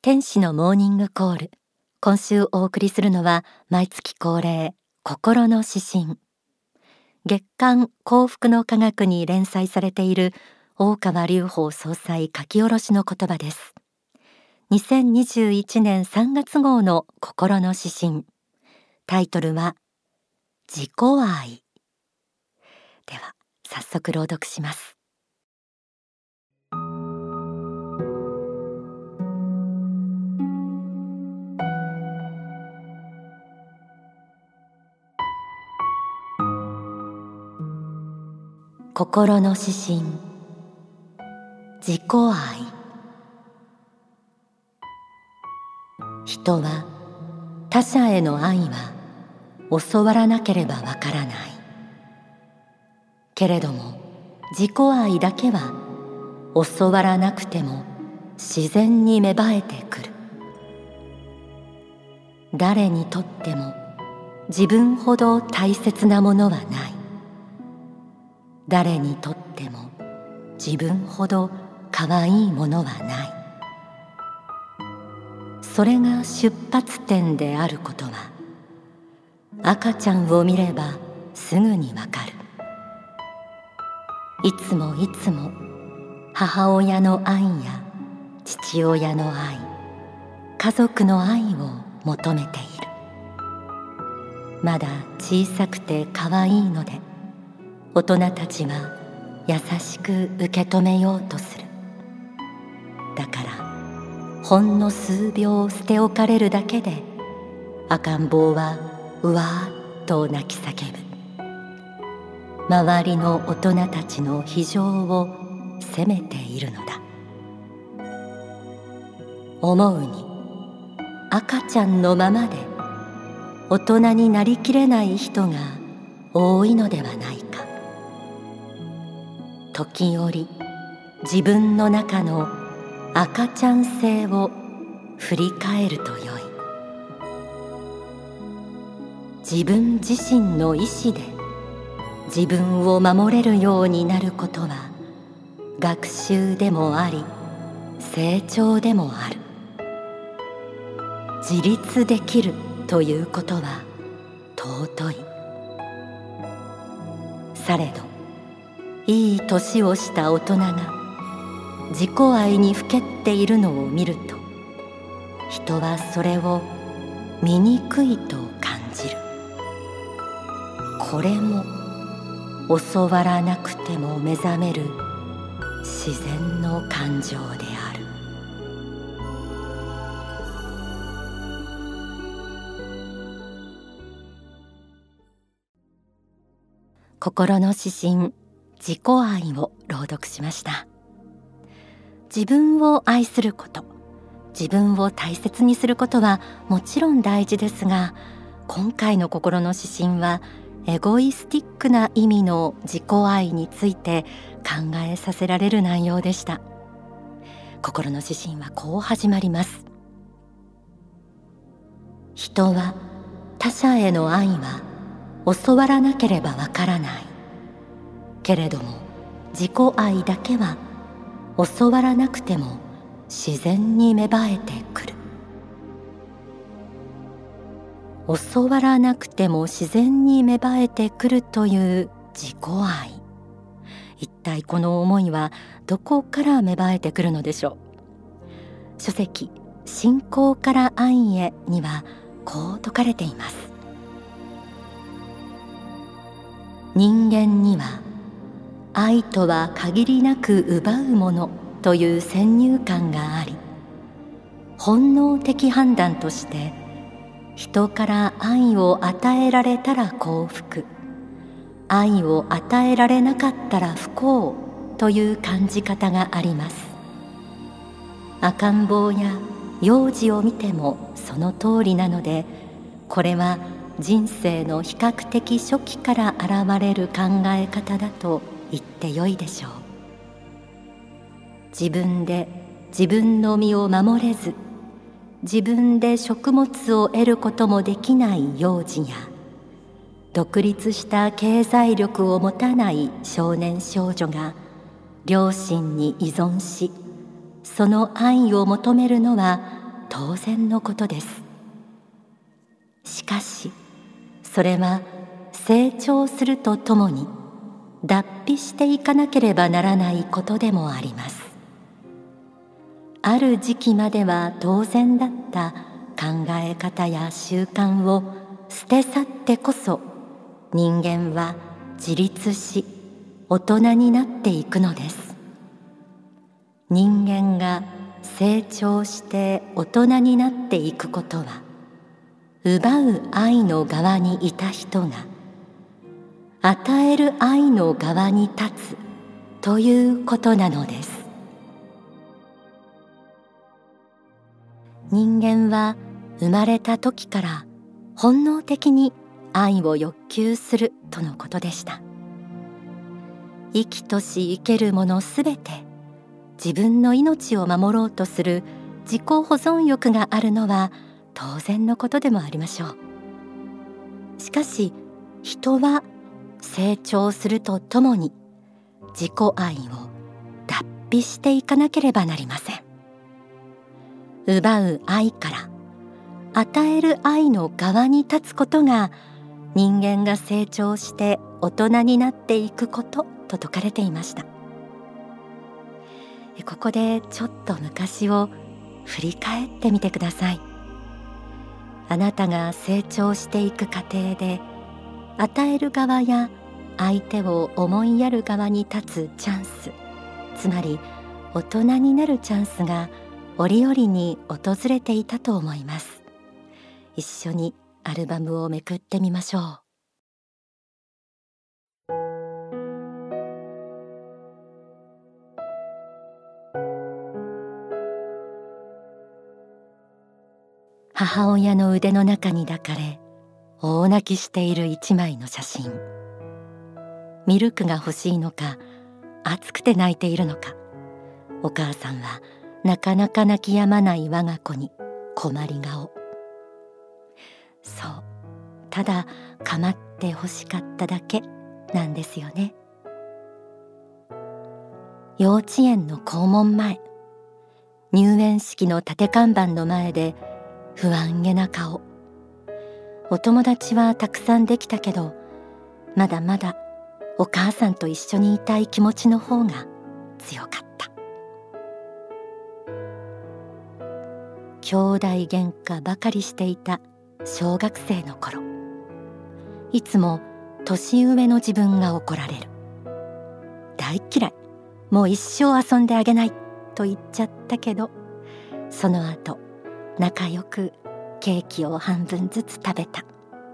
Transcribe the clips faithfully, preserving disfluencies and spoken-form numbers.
天使のモーニングコール。今週お送りするのは毎月恒例、心の指針。月刊幸福の科学に連載されている大川隆法総裁書き下ろしの言葉です。にせんにじゅういちねんさんがつ号の心の指針。タイトルは自己愛。では早速朗読します。心の指針。自己愛。人は他者への愛は教わらなければわからない。けれども自己愛だけは教わらなくても自然に芽生えてくる。誰にとっても自分ほど大切なものはない。誰にとっても自分ほど可愛いものはない。それが出発点であることは赤ちゃんを見ればすぐにわかる。いつもいつも母親の愛や父親の愛、家族の愛を求めている。まだ小さくて可愛いので大人たちは優しく受け止めようとする。だからほんの数秒捨て置かれるだけで赤ん坊はうわーっと泣き叫ぶ。周りの大人たちの非情を責めているのだ。思うに赤ちゃんのままで大人になりきれない人が多いのではないか。時折自分の中の赤ちゃん性を振り返るとよい。自分自身の意志で自分を守れるようになることは学習でもあり成長でもある。自立できるということは尊い。されどいい年をした大人が自己愛にふけっているのを見ると人はそれを醜いと感じる。これも教わらなくても目覚める自然の感情である。心の指針、自己愛を朗読しました。自分を愛すること、自分を大切にすることはもちろん大事ですが、今回の心の指針はエゴイスティックな意味の自己愛について考えさせられる内容でした。心の指針はこう始まります。人は他者への愛は教わらなければわからない。けれども自己愛だけは教わらなくても自然に芽生えてくる。教わらなくても自然に芽生えてくるという自己愛。一体この思いはどこから芽生えてくるのでしょう。書籍「信仰から愛へ」にはこう説かれています。人間には愛とは限りなく奪うものという先入観があり、本能的判断として人から愛を与えられたら幸福、愛を与えられなかったら不幸という感じ方があります。赤ん坊や幼児を見てもその通りなので、これは人生の比較的初期から現れる考え方だと言ってよいでしょう。自分で自分の身を守れず、自分で食物を得ることもできない幼児や、独立した経済力を持たない少年少女が両親に依存し、その愛を求めるのは当然のことです。しかしそれは成長するとともに脱皮していかなければならないことでもあります。ある時期までは当然だった考え方や習慣を捨て去ってこそ、人間は自立し大人になっていくのです。人間が成長して大人になっていくことは、奪う愛の側にいた人が与える愛の側に立つということなのです。人間は生まれた時から本能的に愛を欲求するとのことでした。生きとし生けるものすべて自分の命を守ろうとする自己保存欲があるのは当然のことでもありましょう。しかし人は成長するとともに自己愛を脱皮していかなければなりません。奪う愛から与える愛の側に立つことが、人間が成長して大人になっていくことと説かれていました。ここでちょっと昔を振り返ってみてください。あなたが成長していく過程で、与える側や相手を思いやる側に立つチャンス、つまり大人になるチャンスが折々に訪れていたと思います。一緒にアルバムをめくってみましょう。母親の腕の中に抱かれ大泣きしている一枚の写真。ミルクが欲しいのか、暑くて泣いているのか、お母さんはなかなか泣き止まない我が子に困り顔。そう、ただ構って欲しかっただけなんですよね。幼稚園の校門前、入園式の立て看板の前で不安げな顔。お友達はたくさんできたけど、まだまだお母さんと一緒にいたい気持ちの方が強かった。兄弟喧嘩ばかりしていた小学生の頃、いつも年上の自分が怒られる。大嫌い、もう一生遊んであげないと言っちゃったけど、その後仲良くケーキを半分ずつ食べた。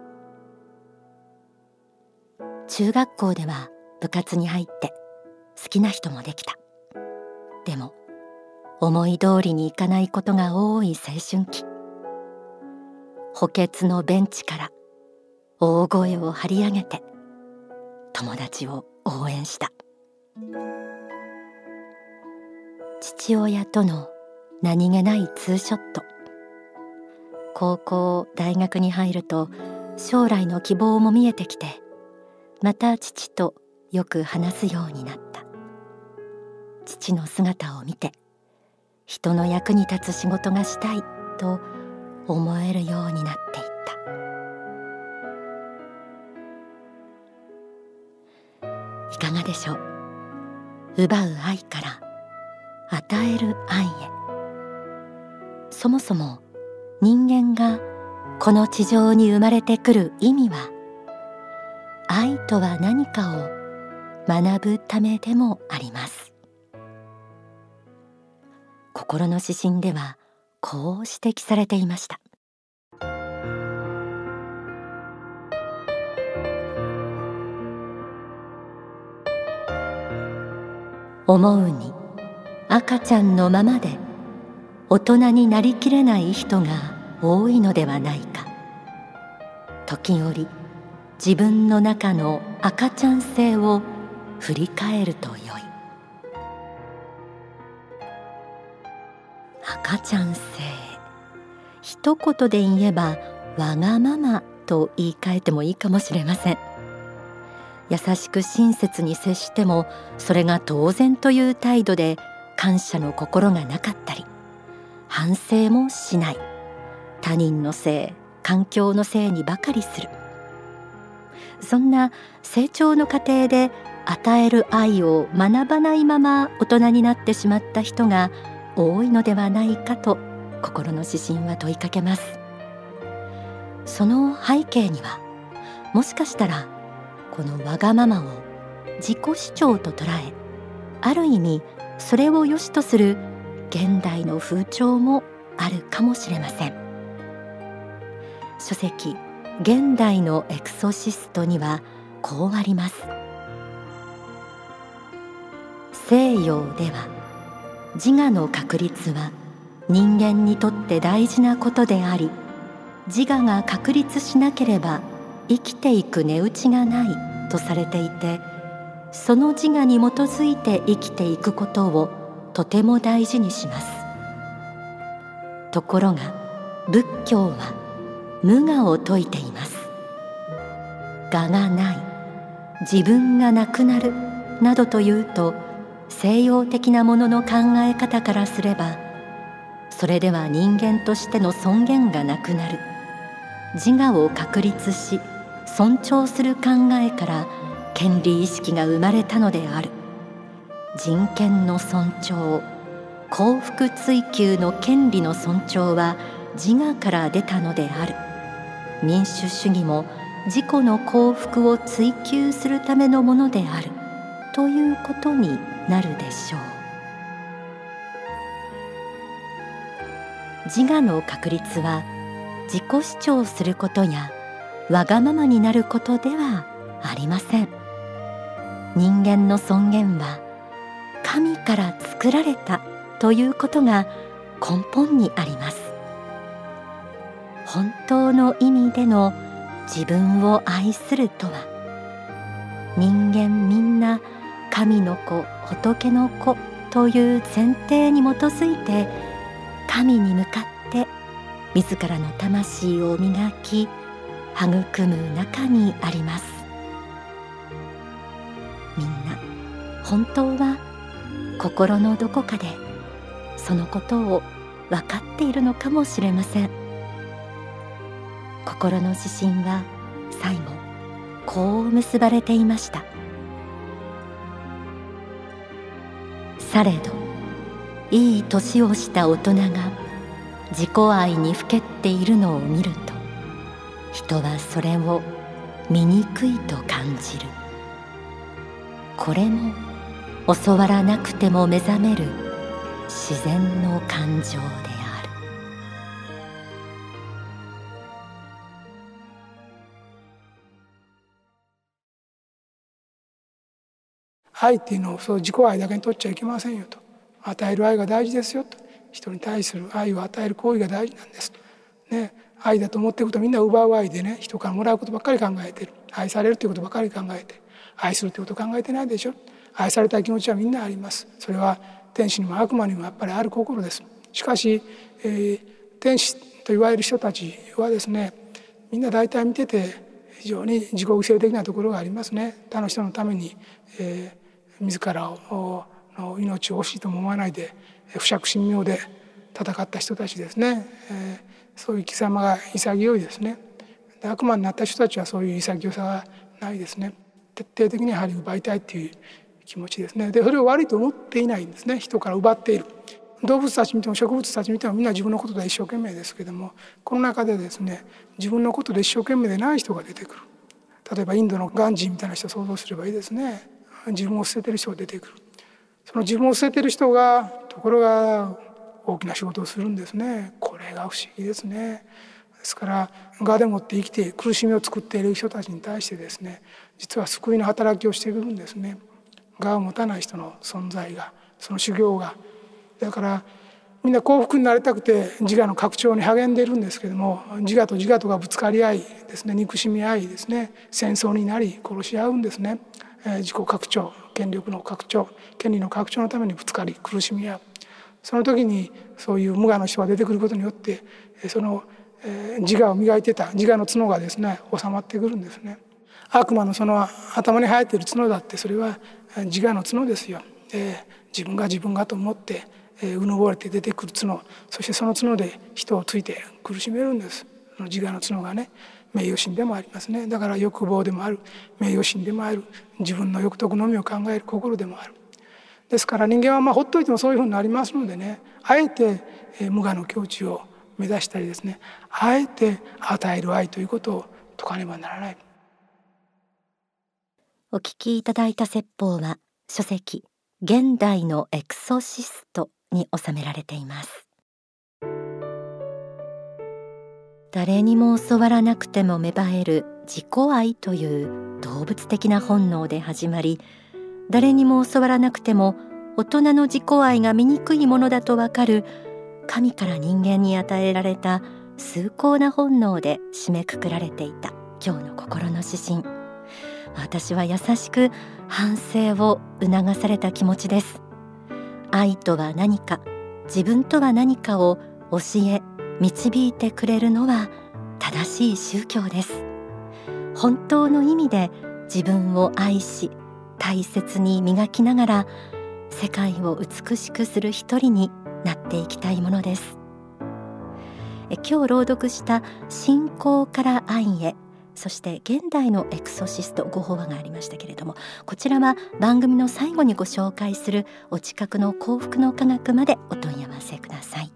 中学校では部活に入って好きな人もできた。でも思い通りにいかないことが多い青春期。補欠のベンチから大声を張り上げて友達を応援した。父親との何気ないツーショット。高校大学に入ると将来の希望も見えてきて、また父とよく話すようになった。父の姿を見て、人の役に立つ仕事がしたいと思えるようになっていった。いかがでしょう。奪う愛から与える愛へ。そもそも人間がこの地上に生まれてくる意味は、愛とは何かを学ぶためでもあります。心の指針ではこう指摘されていました。思うに赤ちゃんのままで大人になりきれない人が多いのではないか。時折自分の中の赤ちゃん性を振り返るとよい。赤ちゃん性、一言で言えばわがままと言い換えてもいいかもしれません。優しく親切に接しても、それが当然という態度で感謝の心がなかったり、 反省もしない。他人のせい、環境のせいにばかりする。そんな成長の過程で与える愛を学ばないまま大人になってしまった人が多いのではないかと心の指針は問いかけます。その背景には、もしかしたらこのわがままを自己主張と捉え、ある意味それを良しとする現代の風潮もあるかもしれません。書籍「現代のエクソシスト」にはこうあります。西洋では自我の確立は人間にとって大事なことであり、自我が確立しなければ生きていく値打ちがないとされていて、その自我に基づいて生きていくことをとても大事にします。ところが仏教は無我を説いています。我がない、自分がなくなるなどというと、西洋的なものの考え方からすれば、それでは人間としての尊厳がなくなる。自我を確立し尊重する考えから権利意識が生まれたのである。人権の尊重、幸福追求の権利の尊重は自我から出たのである。民主主義も自己の幸福を追求するためのものであるということになるでしょう。自我の確立は自己主張することやわがままになることではありません。人間の尊厳は神から作られたということが根本にあります。本当の意味での自分を愛するとは、人間みんな神の子、仏の子という前提に基づいて神に向かって自らの魂を磨き育む中にあります。みんな本当は心のどこかでそのことを分かっているのかもしれません。心の指針は最後こう結ばれていました。されどいい年をした大人が自己愛にふけっているのを見ると、人はそれを醜いと感じる。これも教わらなくても目覚める自然の感情である。 愛っていうのをそう自己愛だけに取っちゃいけませんよと。与える愛が大事ですよと。人に対する愛を与える行為が大事なんです、ね、愛だと思っていくとみんな奪う愛でね、人からもらうことばっかり考えてる。愛されるということばっかり考えて、愛するということを考えてないでしょ。愛されたい気持ちはみんなあります。それは天使にも悪魔にもやっぱりある心です。しかし、えー、天使と言われる人たちはですね、みんな大体見てて非常に自己犠牲的なところがありますね。他の人のために、えー、自らをの命を惜しいとも思わないで不釈神妙で戦った人たちですね、えー、そういう生き様が潔いですね。で悪魔になった人たちはそういう潔さがないですね。徹底的にやはり奪いたいっていう気持ちですね。でそれを悪いと思っていないんですね。人から奪っている。動物たち見ても植物たち見てもみんな自分のことで一生懸命ですけども、この中でですね、自分のことで一生懸命でない人が出てくる。例えばインドのガンジーみたいな人を想像すればいいですね。自分を捨ててる人が出てくる。その自分を捨ててる人がところが大きな仕事をするんですね。これが不思議ですね。ですから我でもって生きて苦しみを作っている人たちに対してですね、実は救いの働きをしてくるんですね。我を持たない人の存在が、その修行が、だからみんな幸福になりたくて自我の拡張に励んでいるんですけども、自我と自我とがぶつかり合いですね、憎しみ合いですね、戦争になり殺し合うんですね。えー、自己拡張、権力の拡張、権利の拡張のためにぶつかり苦しみ合う。その時にそういう無我の人が出てくることによってその、えー、自我を磨いてた自我の角がですね収まってくるんですね。悪魔のその頭に生えている角だってそれは自我の角ですよ。えー、自分が自分がと思ってえー、うぬぼれて出てくる角、そしてその角で人をついて苦しめるんです。その自我の角がね、名誉心でもありますね。だから欲望でもある、名誉心でもある、自分の欲得のみを考える心でもある。ですから人間はまあほっといてもそういうふうになりますのでね、あえて無我の境地を目指したりですね、あえて与える愛ということを説かねばならない。 お聞きいただいた説法は書籍現代のエクソシストに収められています。誰にも教わらなくても芽生える自己愛という動物的な本能で始まり、誰にも教わらなくても大人の自己愛が醜いものだとわかる神から人間に与えられた崇高な本能で締めくくられていた今日の心の指針。私は優しく反省を促された気持ちです。愛とは何か、自分とは何かを教え導いてくれるのは正しい宗教です。本当の意味で自分を愛し大切に磨きながら世界を美しくする一人になっていきたいものです。え今日朗読した信仰から愛へ、そして現代のエクソシストご法話がありましたけれども、こちらは番組の最後にご紹介するお近くの幸福の科学までお問い合わせください。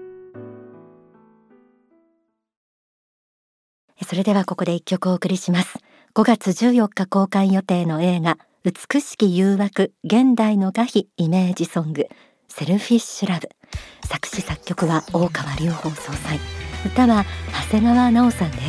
それではここで一曲お送りします。ごがつじゅうよっか公開予定の映画美しき誘惑現代の画碑イメージソングセルフィッシュラブ、作詞作曲は大川隆法総裁、歌は長谷川直さんです。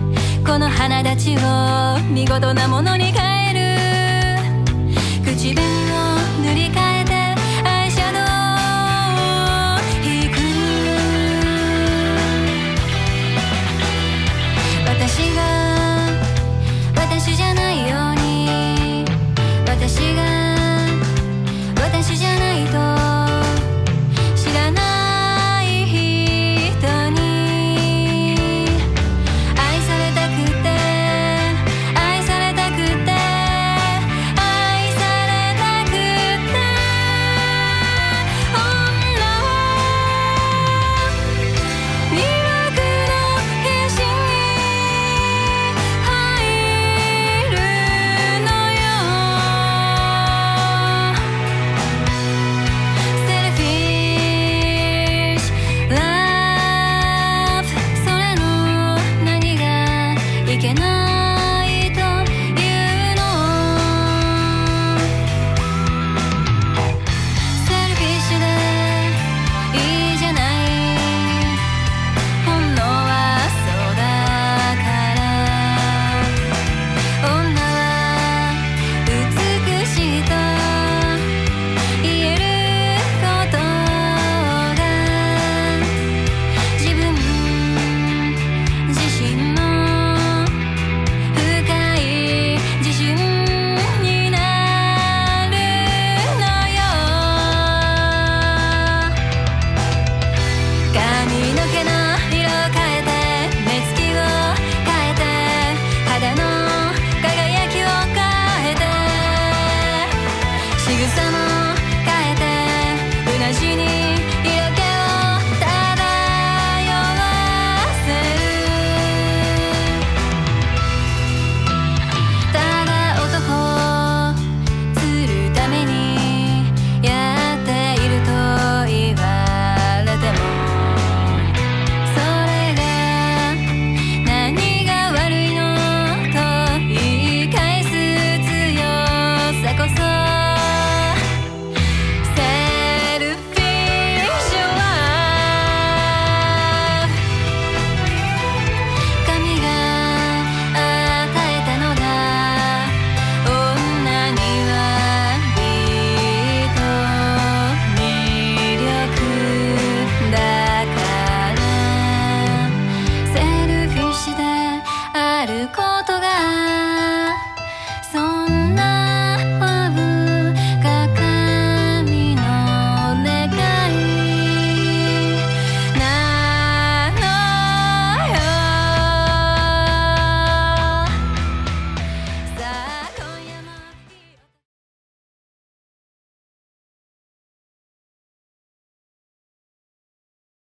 花立ちを見事なものに変える口紅